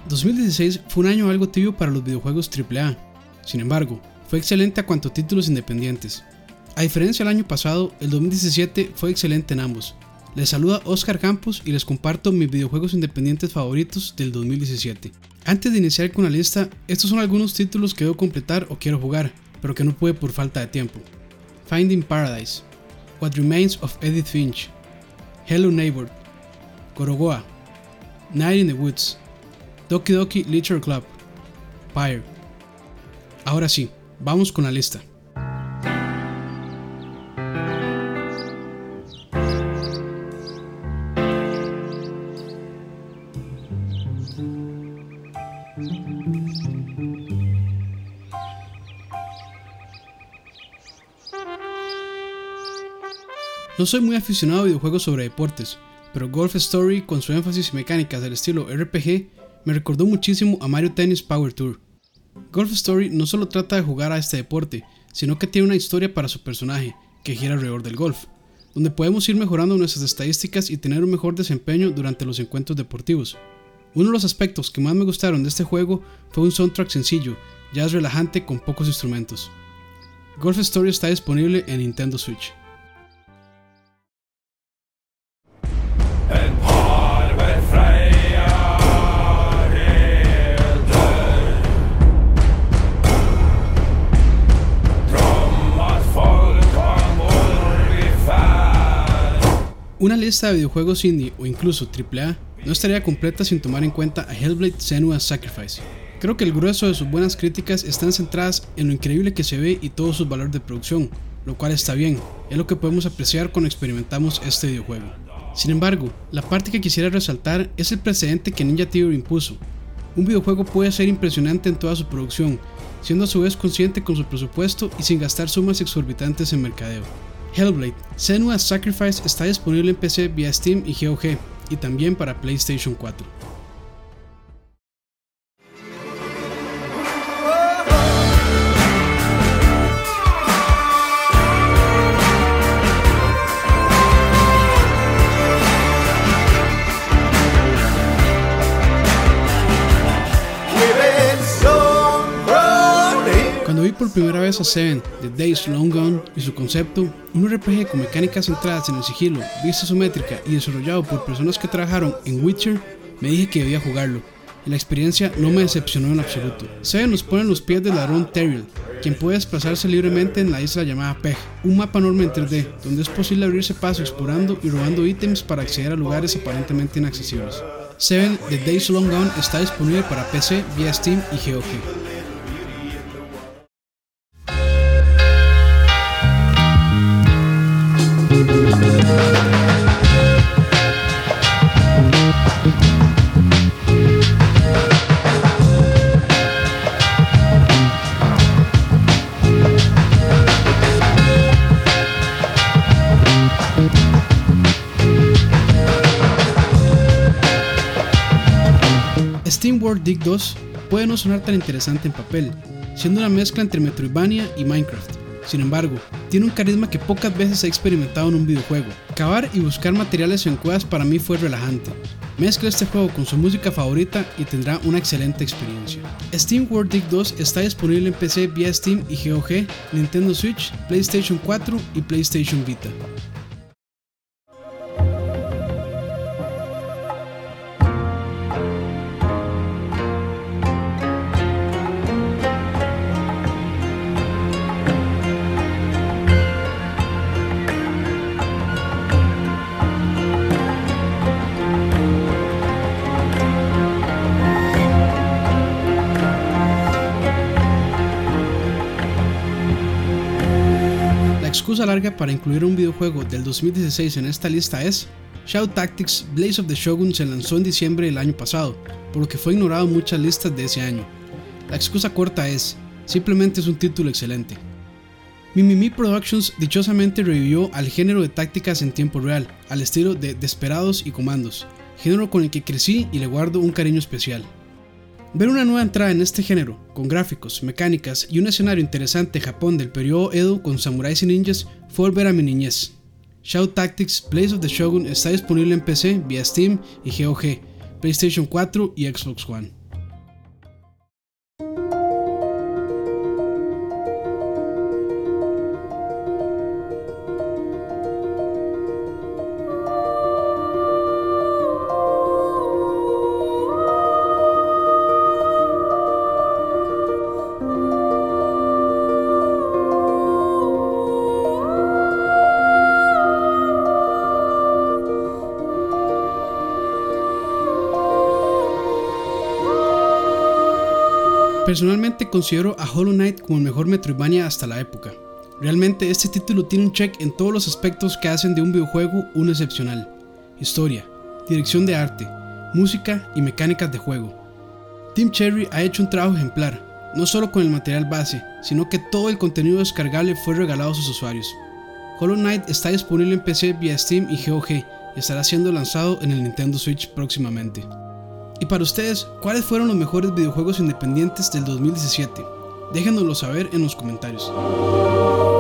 2016 fue un año algo tibio para los videojuegos AAA, sin embargo, fue excelente a cuanto a títulos independientes. A diferencia del año pasado, el 2017 fue excelente en ambos. Les saluda Oscar Campos y les comparto mis videojuegos independientes favoritos del 2017. Antes de iniciar con la lista, estos son algunos títulos que debo completar o quiero jugar, pero que no pude por falta de tiempo. Finding Paradise, What Remains of Edith Finch, Hello Neighbor, Gorogoa, Night in the Woods, Doki Doki Literature Club, Pyre. Ahora sí, vamos con la lista. No soy muy aficionado a videojuegos sobre deportes, pero Golf Story, con su énfasis y mecánicas del estilo RPG, me recordó muchísimo a Mario Tennis Power Tour. Golf Story no solo trata de jugar a este deporte, sino que tiene una historia para su personaje, que gira alrededor del golf, donde podemos ir mejorando nuestras estadísticas y tener un mejor desempeño durante los encuentros deportivos. Uno de los aspectos que más me gustaron de este juego fue un soundtrack sencillo, jazz relajante con pocos instrumentos. Golf Story está disponible en Nintendo Switch. Una lista de videojuegos indie o incluso AAA no estaría completa sin tomar en cuenta a Hellblade: Senua's Sacrifice. Creo que el grueso de sus buenas críticas están centradas en lo increíble que se ve y todos sus valores de producción, lo cual está bien, es lo que podemos apreciar cuando experimentamos este videojuego. Sin embargo, la parte que quisiera resaltar es el precedente que Ninja Theory impuso. Un videojuego puede ser impresionante en toda su producción, siendo a su vez consciente con su presupuesto y sin gastar sumas exorbitantes en mercadeo. Hellblade: Senua's Sacrifice está disponible en PC vía Steam y GOG, y también para PlayStation 4. Cuando vi por primera vez a Seven, The Days Long Gone y su concepto, un RPG con mecánicas centradas en el sigilo, vista isométrica y desarrollado por personas que trabajaron en Witcher, me dije que debía jugarlo, y la experiencia no me decepcionó en absoluto. Seven nos pone en los pies del ladrón Teriel, quien puede desplazarse libremente en la isla llamada Peg, un mapa enorme en 3D, donde es posible abrirse paso explorando y robando ítems para acceder a lugares aparentemente inaccesibles. Seven, The Days Long Gone está disponible para PC vía Steam y GOG. SteamWorld Dig 2 puede no sonar tan interesante en papel, siendo una mezcla entre Metroidvania y Minecraft. Sin embargo, tiene un carisma que pocas veces he experimentado en un videojuego. Cavar y buscar materiales en cuevas para mí fue relajante. Mezcla este juego con su música favorita y tendrá una excelente experiencia. SteamWorld Dig 2 está disponible en PC vía Steam y GOG, Nintendo Switch, PlayStation 4 y PlayStation Vita. La excusa larga para incluir un videojuego del 2016 en esta lista es: Shadow Tactics: Blaze of the Shogun se lanzó en diciembre del año pasado, por lo que fue ignorado en muchas listas de ese año. La excusa corta es: simplemente es un título excelente. Mimimi Productions dichosamente revivió al género de tácticas en tiempo real, al estilo de Desperados y Comandos, género con el que crecí y le guardo un cariño especial. Ver una nueva entrada en este género, con gráficos, mecánicas y un escenario interesante Japón del periodo Edo con samuráis y ninjas, fue volver a mi niñez. Shadow Tactics: Blaze of the Shogun está disponible en PC vía Steam y GOG, PlayStation 4 y Xbox One. Personalmente considero a Hollow Knight como el mejor Metroidvania hasta la época. Realmente este título tiene un check en todos los aspectos que hacen de un videojuego uno excepcional: historia, dirección de arte, música y mecánicas de juego. Team Cherry ha hecho un trabajo ejemplar, no solo con el material base, sino que todo el contenido descargable fue regalado a sus usuarios. Hollow Knight está disponible en PC vía Steam y GOG y estará siendo lanzado en el Nintendo Switch próximamente. Y para ustedes, ¿cuáles fueron los mejores videojuegos independientes del 2017? Déjenoslo saber en los comentarios.